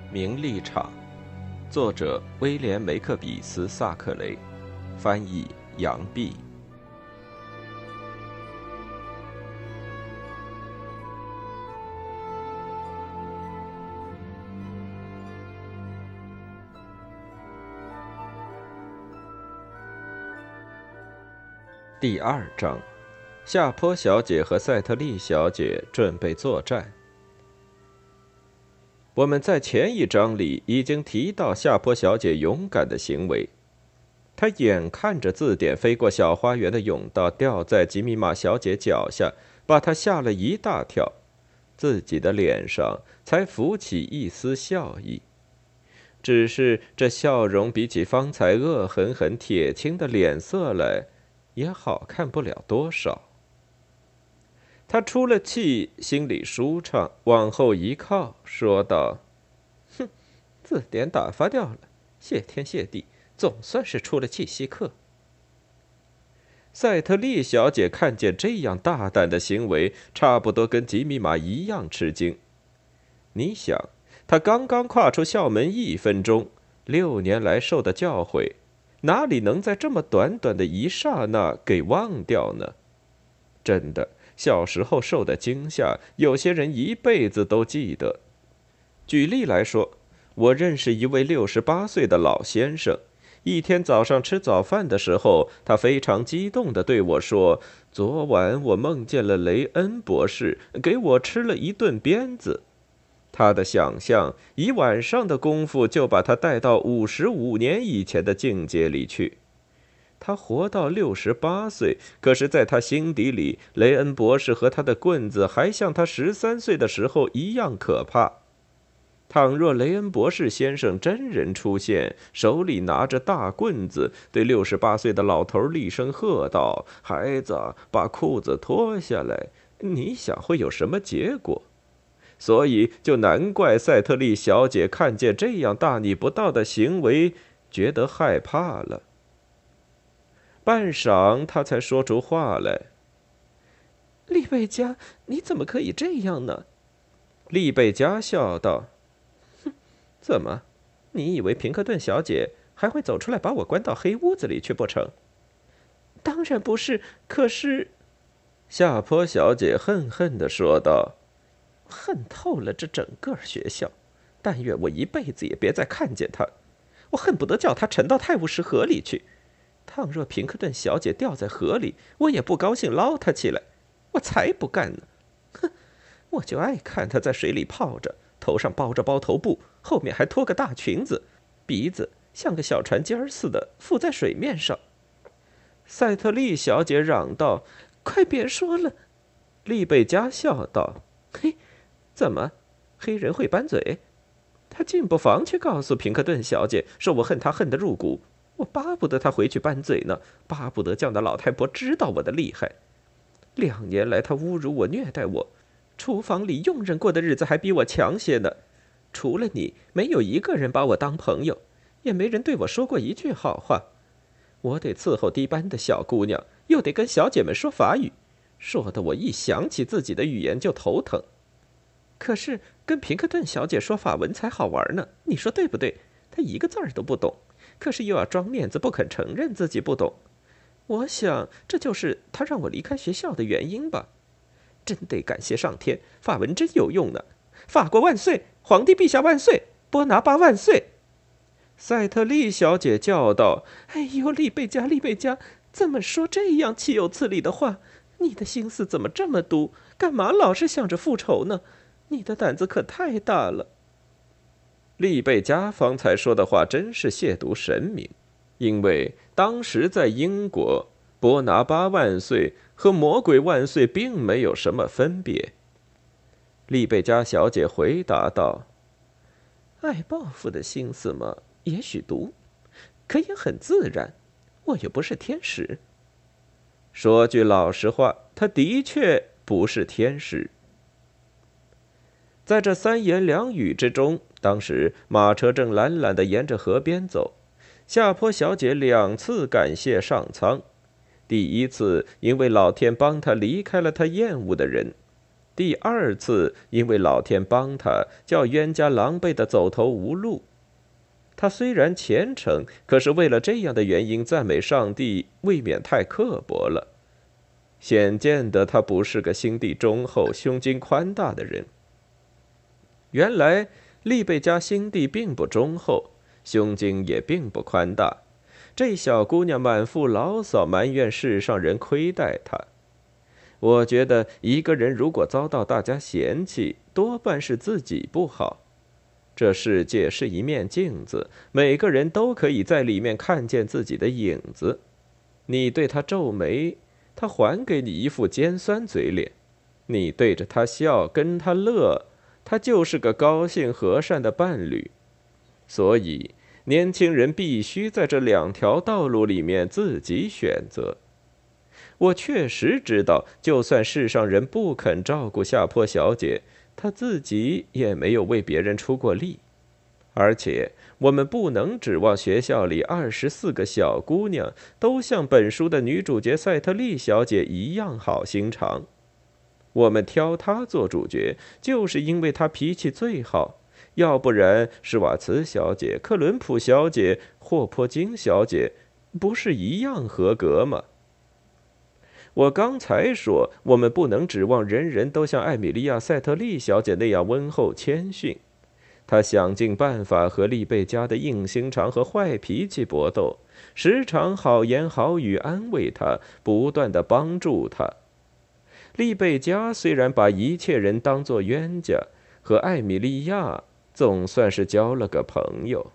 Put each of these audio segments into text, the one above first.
名利场，作者威廉·梅克比斯·萨克雷，翻译杨碧。第2章，夏坡小姐和赛特利小姐准备作战。我们在前一章里已经提到夏坡小姐勇敢的行为，她眼看着字典飞过小花园的甬道掉在吉米玛小姐脚下，把她吓了一大跳，自己的脸上才浮起一丝笑意。只是这笑容比起方才恶狠狠铁青的脸色来，也好看不了多少。他出了气，心里舒畅，往后一靠，说道：“哼，字典打发掉了，谢天谢地，总算是出了气息课。”赛特利小姐看见这样大胆的行为，差不多跟吉米玛一样吃惊。你想，她刚刚跨出校门1分钟，6年来受的教诲，哪里能在这么短短的一刹那给忘掉呢？真的，小时候受的惊吓，有些人一辈子都记得。举例来说，我认识一位68岁的老先生，一天早上吃早饭的时候，他非常激动地对我说：“昨晚我梦见了雷恩博士，给我吃了一顿鞭子。”他的想象以晚上的功夫就把他带到55年以前的境界里去。他活到68岁，可是在他心底里，雷恩博士和他的棍子还像他13岁的时候一样可怕。倘若雷恩博士先生真人出现，手里拿着大棍子，对68岁的老头厉声喝道：“孩子，把裤子脱下来！”你想会有什么结果？所以就难怪赛特利小姐看见这样大逆不道的行为，觉得害怕了。半晌，他才说出话来：“利贝加，你怎么可以这样呢？”利贝加笑道：“哼，怎么？你以为平克顿小姐还会走出来把我关到黑屋子里去不成？”“当然不是，可是……”夏坡小姐恨恨地说道：“恨透了这整个学校，但愿我一辈子也别再看见她。我恨不得叫她沉到泰晤士河里去。倘若平克顿小姐掉在河里，我也不高兴捞她起来，我才不干呢！哼，我就爱看她在水里泡着，头上包着包头布，后面还拖个大裙子，鼻子像个小船尖似的浮在水面上。”赛特利小姐嚷道：“快别说了！”利贝加笑道：“嘿，怎么？黑人会扳嘴？他进不妨去告诉平克顿小姐，说我恨她恨得入骨。我巴不得她回去扳嘴呢，巴不得叫那老太婆知道我的厉害。2年来，她侮辱我，虐待我，厨房里佣人过的日子还比我强些呢。除了你，没有一个人把我当朋友，也没人对我说过一句好话。我得伺候低班的小姑娘，又得跟小姐们说法语，说的我一想起自己的语言就头疼。可是跟平克顿小姐说法文才好玩呢，你说对不对？她一个字儿都不懂，可是又要装面子，不肯承认自己不懂。我想这就是她让我离开学校的原因吧。真得感谢上天，法文真有用呢！法国万岁！皇帝陛下万岁！波拿巴万岁！赛特利小姐叫道：“哎呦，利贝加，利贝加，怎么说这样岂有此理的话？你的心思怎么这么毒？干嘛老是想着复仇呢？你的胆子可太大了。”利贝加方才说的话真是亵渎神明，因为当时在英国，波拿巴万岁和魔鬼万岁并没有什么分别。利贝加小姐回答道：“爱报复的心思嘛，也许毒，可也很自然。我又不是天使。说句老实话，他的确不是天使。”在这3言2语之中，当时马车正懒懒地沿着河边走，夏坡小姐2次感谢上苍。第1次因为老天帮她离开了她厌恶的人， 第2次因为老天帮他，叫冤家狼狈的走投无路。他虽然虔诚，可是为了这样的原因赞美上帝，未免太刻薄了。显见的他不是个心地忠厚、胸襟宽大的人。原来利贝加心地并不忠厚，胸襟也并不宽大。这小姑娘满腹牢骚，埋怨世上人亏待她。我觉得一个人如果遭到大家嫌弃，多半是自己不好。这世界是一面镜子，每个人都可以在里面看见自己的影子。你对他皱眉，他还给你一副尖酸嘴脸；你对着他笑，跟他乐，他就是个高兴和善的伴侣。所以，年轻人必须在这2条道路里面自己选择。我确实知道，就算世上人不肯照顾夏坡小姐，她自己也没有为别人出过力。而且，我们不能指望学校里24个小姑娘都像本书的女主角赛特利小姐一样好心肠。我们挑她做主角，就是因为她脾气最好，要不然施瓦茨小姐、克伦普小姐、霍珀金小姐不是一样合格吗？我刚才说，我们不能指望人人都像艾米莉亚·塞特利小姐那样温厚谦逊。她想尽办法和利贝加的硬心肠和坏脾气搏斗，时常好言好语安慰她，不断地帮助她。利贝加虽然把一切人当作冤家，和艾米莉亚总算是交了个朋友。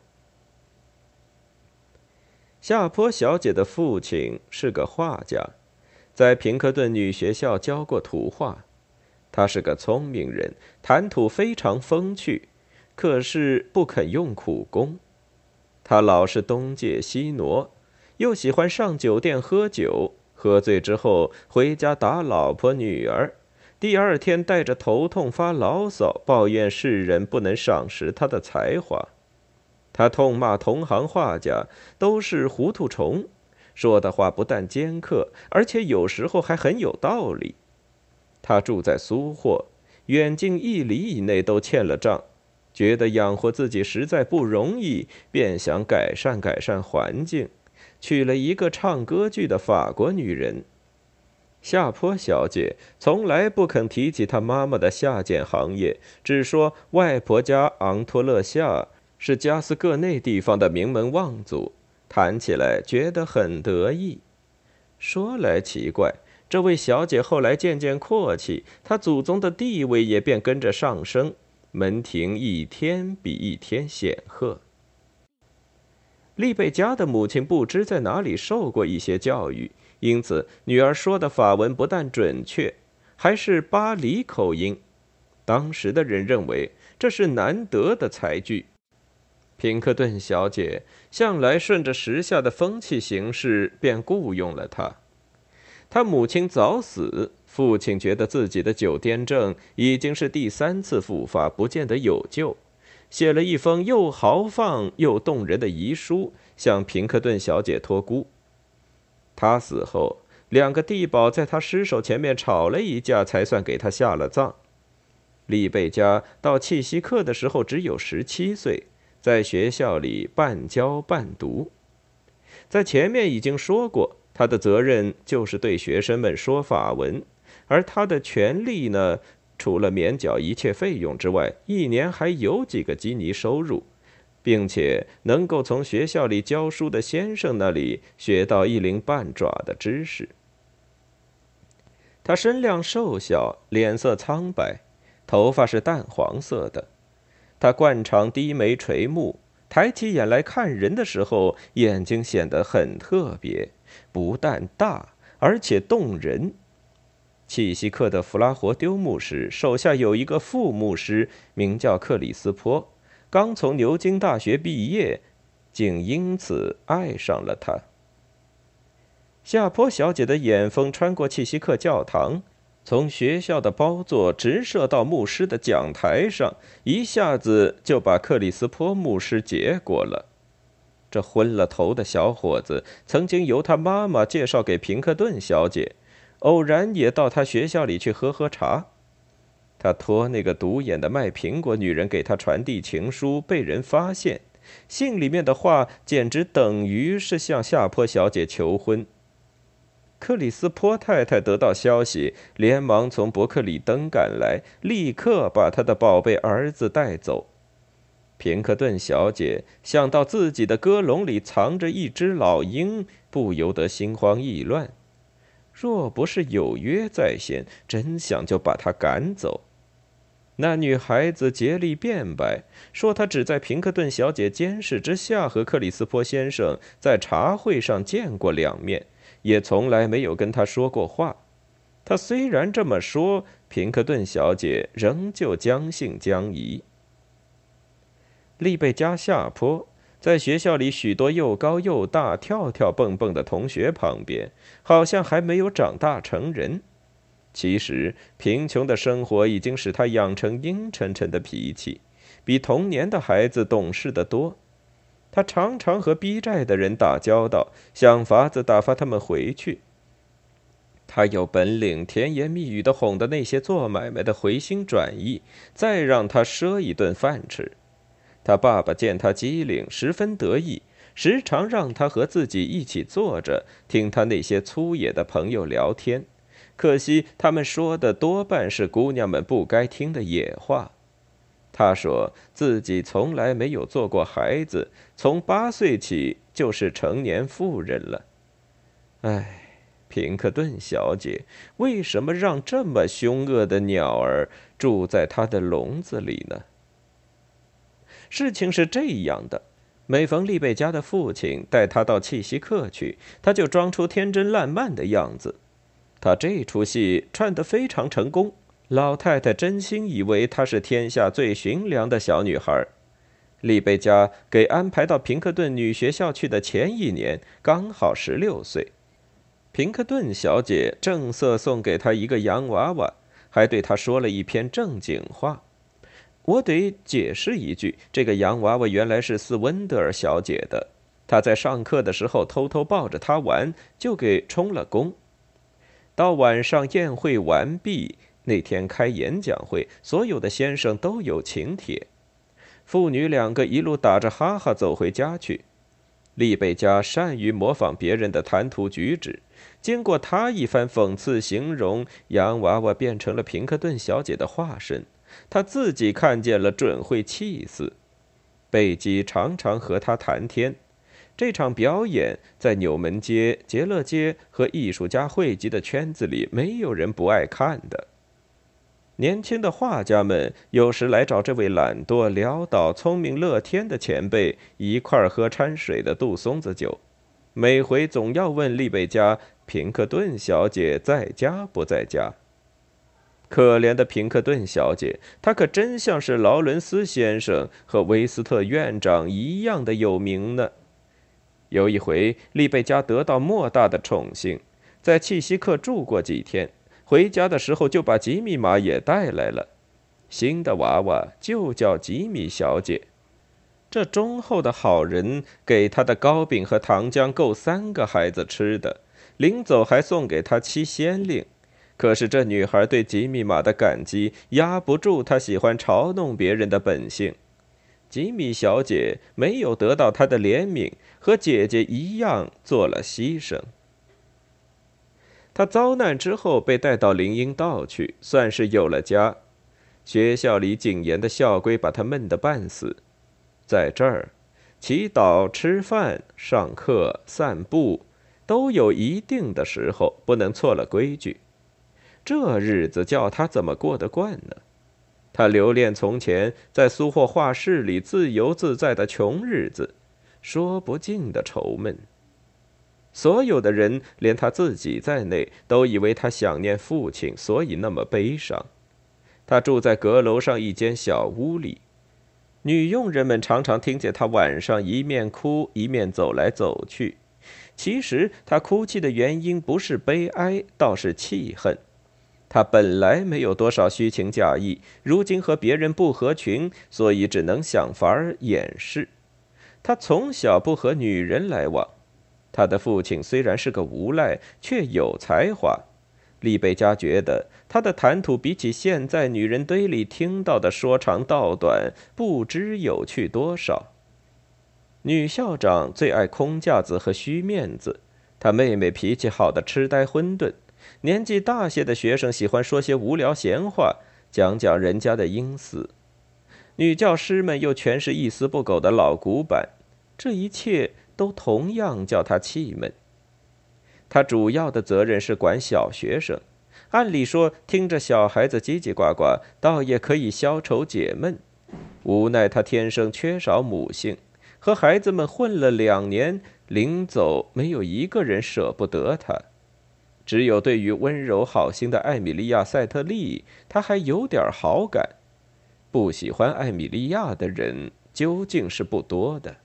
夏坡小姐的父亲是个画家，在平克顿女学校教过图画。他是个聪明人，谈吐非常风趣，可是不肯用苦功。他老是东借西挪，又喜欢上酒店喝酒，喝醉之后回家打老婆女儿，第2天带着头痛发牢骚，抱怨世人不能赏识他的才华。他痛骂同行画家都是糊涂虫，说的话不但尖刻，而且有时候还很有道理。他住在苏霍，远近1里以内都欠了账，觉得养活自己实在不容易，便想改善环境，娶了一个唱歌剧的法国女人。夏坡小姐从来不肯提起她妈妈的下贱行业，只说外婆家昂托勒夏是加斯各内地方的名门望族，谈起来觉得很得意。说来奇怪，这位小姐后来渐渐阔气，她祖宗的地位也便跟着上升，门庭一天比一天显赫。利贝加的母亲不知在哪里受过一些教育，因此女儿说的法文不但准确，还是巴黎口音。当时的人认为这是难得的才具。平克顿小姐向来顺着时下的风气行事，便雇佣了她。她母亲早死，父亲觉得自己的酒癫症已经是第3次复发，不见得有救，写了一封又豪放又动人的遗书，向平克顿小姐托孤。她死后，2个地保在她尸首前面吵了一架，才算给她下了葬。利贝加到契西克的时候只有17岁，在学校里半教半读。在前面已经说过，他的责任就是对学生们说法文，而他的权利呢，除了免缴一切费用之外，1年还有几个基尼收入，并且能够从学校里教书的先生那里学到1鳞半爪的知识。他身量瘦小，脸色苍白，头发是淡黄色的。他惯常低眉垂目，抬起眼来看人的时候，眼睛显得很特别，不但大，而且动人。契西克的弗拉活丢牧师手下有一个副牧师，名叫克里斯坡，刚从牛津大学毕业，竟因此爱上了他。夏坡小姐的眼风穿过契西克教堂，从学校的包座直射到牧师的讲台上，一下子就把克里斯坡牧师结果了。这昏了头的小伙子曾经由他妈妈介绍给平克顿小姐，偶然也到他学校里去喝喝茶。 他托那个独眼的卖苹果女人给他传递情书，被人发现，信里面的话简直等于是向夏坡小姐求婚。克里斯坡太太得到消息，连忙从伯克里登赶来，立刻把她的宝贝儿子带走。平克顿小姐想到自己的鸽笼里藏着一只老鹰，不由得心慌意乱。若不是有约在先，真想就把她赶走。那女孩子竭力辩白，说她只在平克顿小姐监视之下和克里斯坡先生在茶会上见过2面，也从来没有跟他说过话。她虽然这么说，平克顿小姐仍旧将信将疑。利贝加下坡在学校里许多又高又大、跳跳蹦蹦的同学旁边，好像还没有长大成人。其实，贫穷的生活已经使他养成阴沉沉的脾气，比童年的孩子懂事得多。他常常和逼债的人打交道，想法子打发他们回去。他有本领，甜言蜜语地哄得那些做买卖的回心转意，再让他赊一顿饭吃。他爸爸见他机灵，十分得意，时常让他和自己一起坐着，听他那些粗野的朋友聊天。可惜他们说的多半是姑娘们不该听的野话。他说自己从来没有做过孩子，从8岁起就是成年妇人了。唉，平克顿小姐为什么让这么凶恶的鸟儿住在她的笼子里呢？事情是这样的，每逢利贝加的父亲带他到契西克去，他就装出天真烂漫的样子。他这出戏串得非常成功，老太太真心以为她是天下最驯良的小女孩。利贝加给安排到平克顿女学校去的前1年，刚好16岁。平克顿小姐正色送给她一个洋娃娃，还对她说了一篇正经话。我得解释一句，这个洋娃娃原来是斯温德尔小姐的，她在上课的时候偷偷抱着她玩，就给充了公。到晚上宴会完毕，那天开演讲会，所有的先生都有请帖。父女2个一路打着哈哈走回家去。利贝加善于模仿别人的谈吐举止，经过他一番讽刺形容，洋娃娃变成了平克顿小姐的化身。他自己看见了，准会气死。贝基常常和他谈天。这场表演在纽门街、杰勒街和艺术家汇集的圈子里，没有人不爱看的。年轻的画家们有时来找这位懒惰、潦倒、聪明乐天的前辈一块儿喝掺水的杜松子酒，每回总要问利贝加平克顿小姐在家不在家。可怜的平克顿小姐，她可真像是劳伦斯先生和威斯特院长一样的有名呢。有一回，利贝加得到莫大的宠幸，在契西克住过几天，回家的时候就把吉米玛也带来了。新的娃娃就叫吉米小姐。这忠厚的好人给他的糕饼和糖浆够3个孩子吃的，临走还送给他7先令。可是这女孩对吉米玛的感激压不住她喜欢嘲弄别人的本性。吉米小姐没有得到她的怜悯，和姐姐一样做了牺牲。她遭难之后被带到林荫道去，算是有了家。学校里谨严的校规把她闷得半死。在这儿，祈祷、吃饭、上课、散步都有一定的时候，不能错了规矩。这日子叫她怎么过得惯呢？他留恋从前在苏霍画室里自由自在的穷日子，说不尽的愁闷。所有的人，连他自己在内，都以为他想念父亲，所以那么悲伤。他住在阁楼上一间小屋里，女佣人们常常听见他晚上一面哭一面走来走去。其实他哭泣的原因不是悲哀，倒是气恨。他本来没有多少虚情假意，如今和别人不合群，所以只能想法掩饰。他从小不和女人来往。他的父亲虽然是个无赖，却有才华。 丽贝加觉得他的谈吐比起现在女人堆里听到的说长道短，不知有趣多少。女校长最爱空架子和虚面子，她妹妹脾气好的痴呆混沌，年纪大些的学生喜欢说些无聊闲话，讲讲人家的阴私。女教师们又全是一丝不苟的老古板，这一切都同样叫她气闷。她主要的责任是管小学生，按理说听着小孩子叽叽呱呱，倒也可以消愁解闷。无奈她天生缺少母性，和孩子们混了2年，临走没有一个人舍不得她。只有对于温柔好心的艾米莉亚·塞特利，她还有点好感。不喜欢艾米莉亚的人究竟是不多的。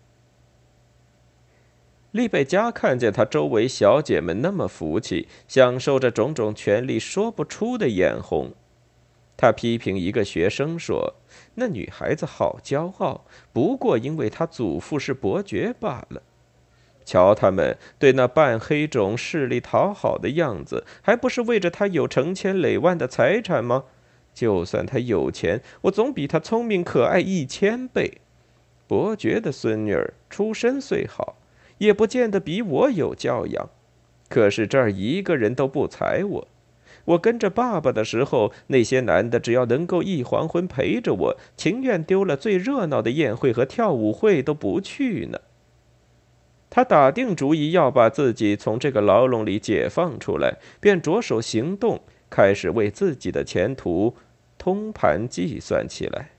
丽贝加看见她周围小姐们那么福气，享受着种种权利，说不出的眼红。他批评一个学生说：“那女孩子好骄傲，不过因为她祖父是伯爵罢了。瞧他们对那半黑种势力讨好的样子，还不是为着他有成千累万的财产吗？就算他有钱，我总比他聪明可爱1000倍。伯爵的孙女儿出身虽好，也不见得比我有教养。可是这儿一个人都不睬我。我跟着爸爸的时候，那些男的只要能够一黄昏陪着我，情愿丢了最热闹的宴会和跳舞会都不去呢。”他打定主意要把自己从这个牢笼里解放出来，便着手行动，开始为自己的前途通盘计算起来。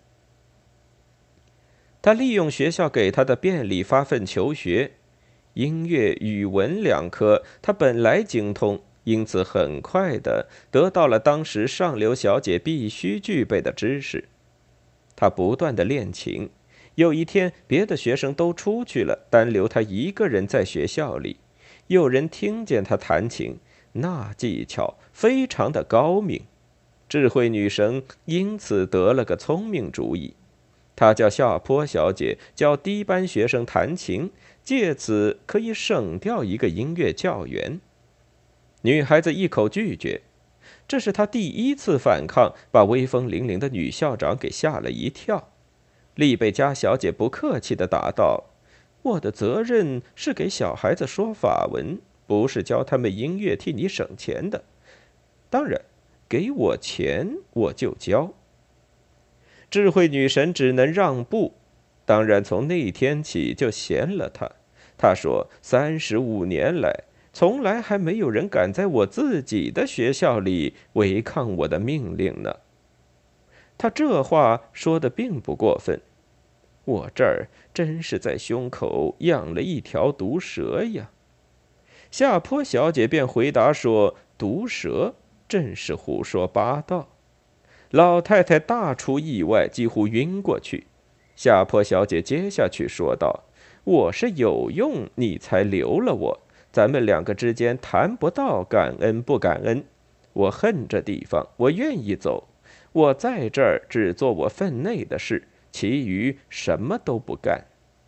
他利用学校给他的便利发奋求学，音乐、语文2科他本来精通，因此很快地得到了当时上流小姐必须具备的知识。他不断地练琴，有一天别的学生都出去了，单留他一个人在学校里。有人听见他弹琴，那技巧非常的高明。智慧女神因此得了个聪明主意，她叫夏坡小姐教低班学生弹琴，借此可以省掉一个音乐教员。女孩子一口拒绝，这是她第1次反抗，把威风凛凛的女校长给吓了一跳。丽贝加小姐不客气地答道：“我的责任是给小孩子说法文，不是教他们音乐替你省钱的。当然，给我钱我就教。”智慧女神只能让步，当然从那天起就嫌了她。她说：“35年来，从来还没有人敢在我自己的学校里违抗我的命令呢。”他这话说的并不过分，我这儿真是在胸口养了一条毒蛇呀。夏坡小姐便回答说：“毒蛇真是胡说八道。”老太太大出意外，几乎晕过去。夏坡小姐接下去说道：“我是有用，你才留了我，咱们2个之间谈不到感恩不感恩。我恨这地方，我愿意走。我在这儿只做我分内的事，其余什么都不干。”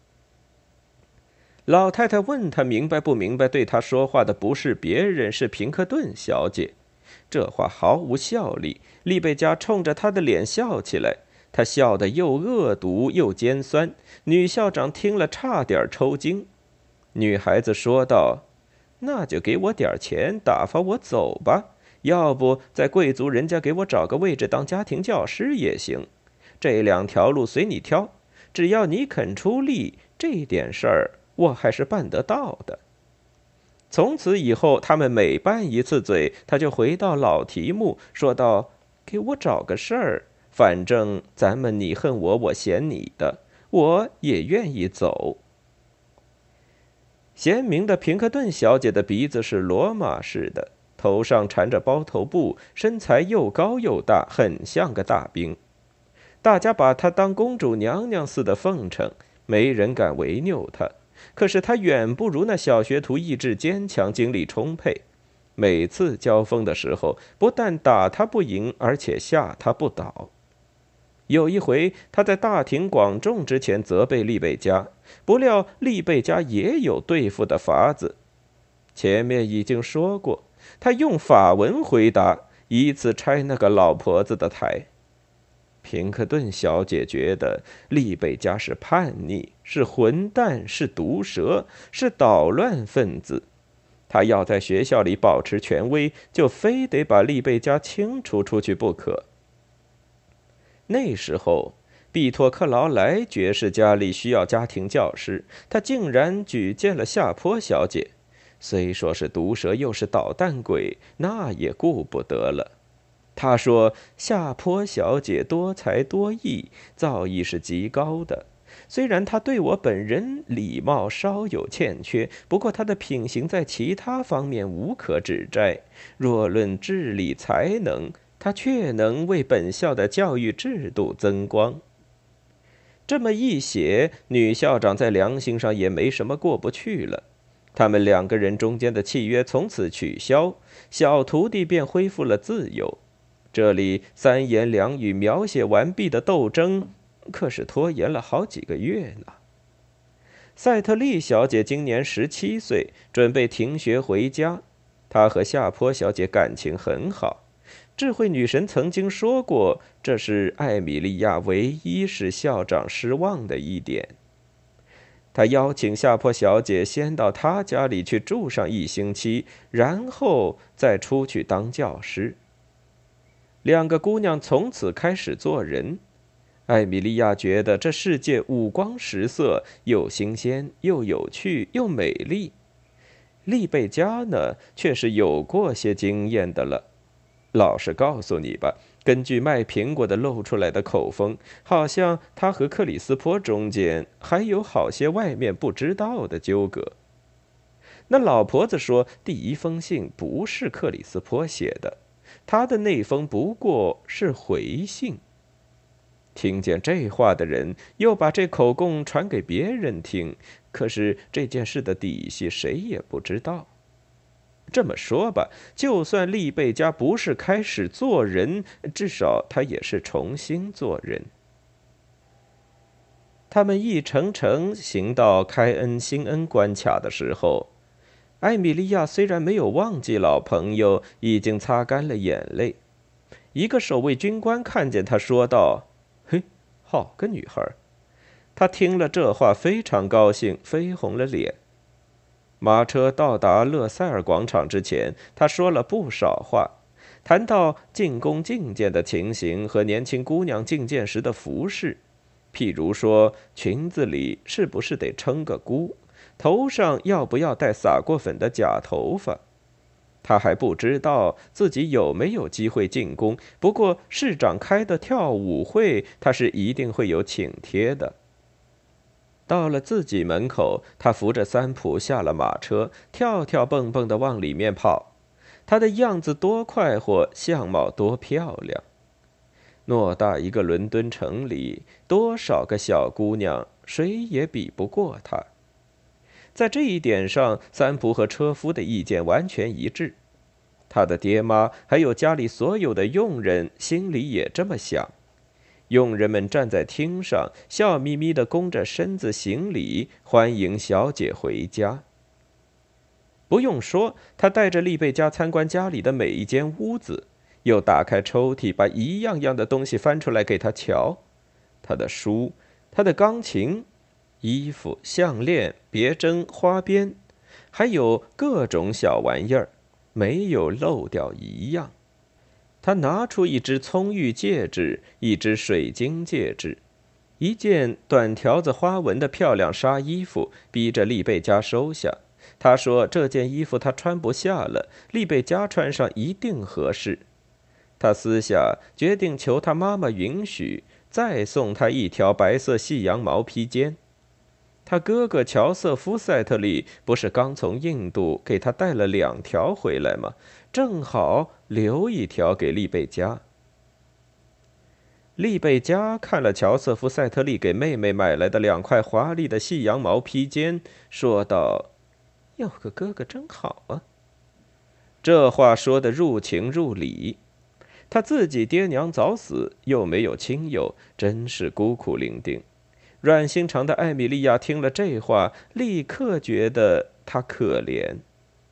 老太太问他明白不明白，对他说话的不是别人，是平克顿小姐。这话毫无效力，丽贝加冲着他的脸笑起来，他笑得又恶毒又尖酸，女校长听了差点抽筋。女孩子说道：“那就给我点钱打发我走吧，要不在贵族人家给我找个位置当家庭教师也行。这2条路随你挑，只要你肯出力，这点事儿我还是办得到的。”从此以后，他们每拌一次嘴，他就回到老题目，说道：“给我找个事儿，反正咱们你恨我，我嫌你的，我也愿意走。”贤明的平克顿小姐的鼻子是罗马式的，头上缠着包头布，身材又高又大，很像个大兵。大家把她当公主娘娘似的奉承，没人敢违拗她。可是她远不如那小学徒意志坚强，精力充沛。每次交锋的时候，不但打她不赢，而且吓她不倒。有一回，他在大庭广众之前责备丽贝加，不料丽贝加也有对付的法子。前面已经说过， 他用法文回答，以此拆那个老婆子的台。平克顿小姐觉得丽贝加是叛逆，是混蛋，是毒蛇，是捣乱分子。她要在学校里保持权威，就非得把丽贝加清除出去不可。那时候，毕托克劳莱爵士家里需要家庭教师，他竟然举荐了夏坡小姐。虽说是毒蛇，又是捣蛋鬼，那也顾不得了。他说夏坡小姐多才多艺，造诣是极高的。虽然她对我本人礼貌稍有欠缺，不过她的品行在其他方面无可指摘。若论智力才能，她确能为本校的教育制度增光。这么一写，女校长在良心上也没什么过不去了。他们2个人中间的契约从此取消，小徒弟便恢复了自由。这里3言2语描写完毕的斗争，可是拖延了好几个月呢。赛特利小姐今年17岁，准备停学回家。她和夏坡小姐感情很好。智慧女神曾经说过，这是艾米莉亚唯一使校长失望的一点。她邀请夏坡小姐先到她家里去住上1星期，然后再出去当教师。2个姑娘从此开始做人。艾米莉亚觉得这世界五光十色，又新鲜，又有趣，又美丽。丽贝加呢，却是有过些经验的了。老实告诉你吧，根据卖苹果的露出来的口风，好像他和克里斯坡中间还有好些外面不知道的纠葛。那老婆子说，第1封信不是克里斯坡写的，他的那封不过是回信。听见这话的人又把这口供传给别人听，可是这件事的底细谁也不知道。这么说吧，就算丽贝加不是开始做人，至少他也是重新做人。他们一程程行到开恩辛恩关卡的时候，艾米莉亚虽然没有忘记老朋友，已经擦干了眼泪。一个守卫军官看见他，说道：“嘿，好个女孩！”他听了这话非常高兴，绯红了脸。马车到达勒塞尔广场之前，他说了不少话，谈到进宫觐见的情形和年轻姑娘觐见时的服饰，譬如说裙子里是不是得撑个箍，头上要不要戴撒过粉的假头发。他还不知道自己有没有机会进宫，不过市长开的跳舞会，他是一定会有请帖的。到了自己门口，他扶着三浦下了马车，跳跳蹦蹦地往里面跑。他的样子多快活，相貌多漂亮。偌大一个伦敦城里，多少个小姑娘，谁也比不过他。在这一点上，三浦和车夫的意见完全一致。他的爹妈还有家里所有的佣人心里也这么想。佣人们站在厅上，笑眯眯地弓着身子行礼，欢迎小姐回家。不用说，他带着丽贝加参观家里的每一间屋子，又打开抽屉，把一样样的东西翻出来给他瞧。他的书，他的钢琴，衣服、项链、别针、花边，还有各种小玩意儿，没有漏掉一样。他拿出一只葱玉戒指，一只水晶戒指，一件短条子花纹的漂亮纱衣服，逼着丽贝加收下。他说这件衣服他穿不下了，丽贝加穿上一定合适。他私下决定求他妈妈允许，再送他一条白色细羊毛披肩。他哥哥乔瑟夫·塞特利不是刚从印度给他带了2条回来吗？正好留一条给丽贝加。丽贝加看了乔瑟夫·塞特利给妹妹买来的2块华丽的细羊毛披肩，说道：“有个哥哥真好啊。”这话说得入情入理。他自己爹娘早死，又没有亲友，真是孤苦伶仃。软心肠的艾米莉亚听了这话，立刻觉得他可怜。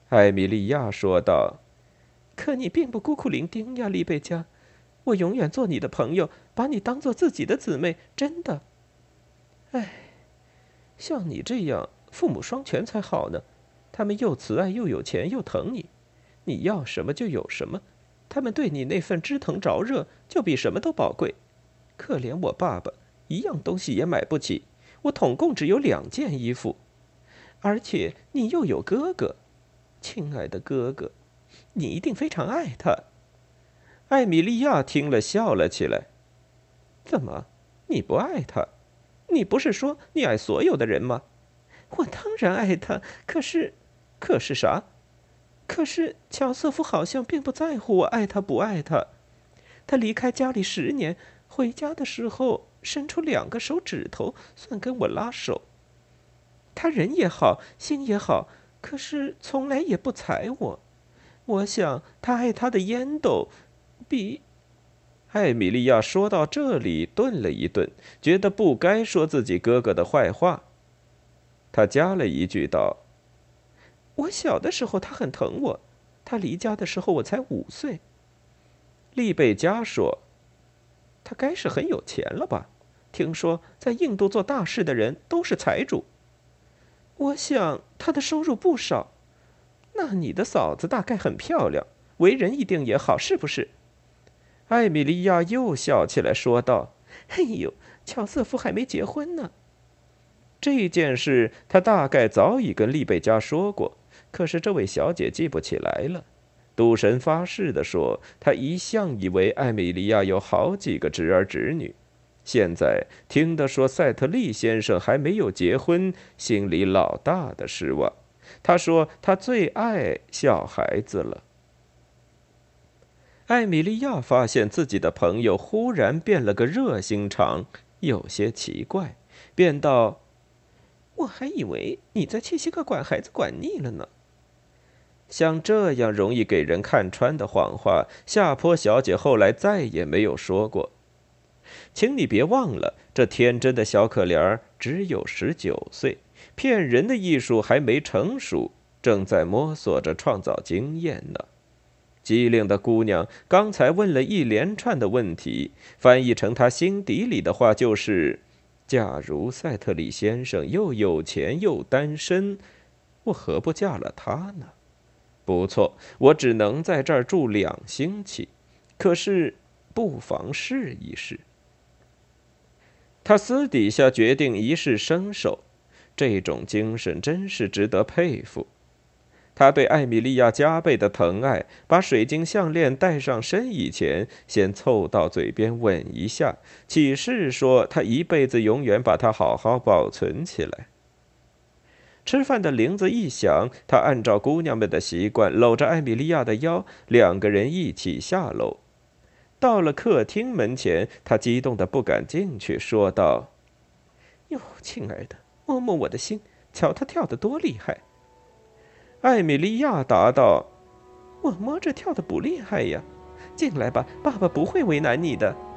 艾米莉亚说道。可你并不孤苦伶仃呀，丽贝加，我永远做你的朋友，把你当做自己的姊妹，真的。哎，像你这样父母双全才好呢，他们又慈爱又有钱又疼你，你要什么就有什么，他们对你那份知疼着热就比什么都宝贵。可怜我爸爸，一样东西也买不起，我统共只有2件衣服，而且你又有哥哥，亲爱的哥哥，你一定非常爱他。艾米莉亚听了笑了起来。怎么，你不爱他？你不是说你爱所有的人吗？我当然爱他，可是啥？可是乔瑟夫好像并不在乎我爱他不爱他。他离开家里10年，回家的时候伸出2个手指头，算跟我拉手。他人也好，心也好，可是从来也不睬我。我想他爱他的烟斗，比……艾米莉亚说到这里顿了一顿，觉得不该说自己哥哥的坏话。她加了一句道：“我小的时候他很疼我，他离家的时候我才5岁。”丽贝加说：“他该是很有钱了吧？听说在印度做大事的人都是财主。我想他的收入不少。那你的嫂子大概很漂亮，为人一定也好，是不是？”艾米莉亚又笑起来，说道：“哎呦，乔瑟夫还没结婚呢。”这件事他大概早已跟丽贝加说过，可是这位小姐记不起来了。赌神发誓地说，他一向以为艾米莉亚有好几个侄儿侄女，现在听得说赛特利先生还没有结婚，心里老大的失望。他说他最爱小孩子了。艾米莉亚发现自己的朋友忽然变了个热心肠，有些奇怪，便道：“我还以为你在切西克管孩子管腻了呢。”像这样容易给人看穿的谎话，夏坡小姐后来再也没有说过。请你别忘了，这天真的小可怜儿只有19岁，骗人的艺术还没成熟，正在摸索着创造经验呢。机灵的姑娘刚才问了一连串的问题，翻译成她心底里的话就是：假如赛特里先生又有钱又单身，我何不嫁了他呢？不错，我只能在这儿住2星期，可是不妨试一试。他私底下决定一试身手，这种精神真是值得佩服。他对艾米莉亚加倍的疼爱，把水晶项链戴上身以前，先凑到嘴边吻一下，起誓说他一辈子永远把它好好保存起来。吃饭的铃子一响，他按照姑娘们的习惯，搂着艾米莉亚的腰，2个人一起下楼。到了客厅门前，他激动得不敢进去，说道：“哟，亲爱的，摸摸我的心，瞧他跳得多厉害。”艾米莉亚答道：“我摸着跳得不厉害呀，进来吧，爸爸不会为难你的。”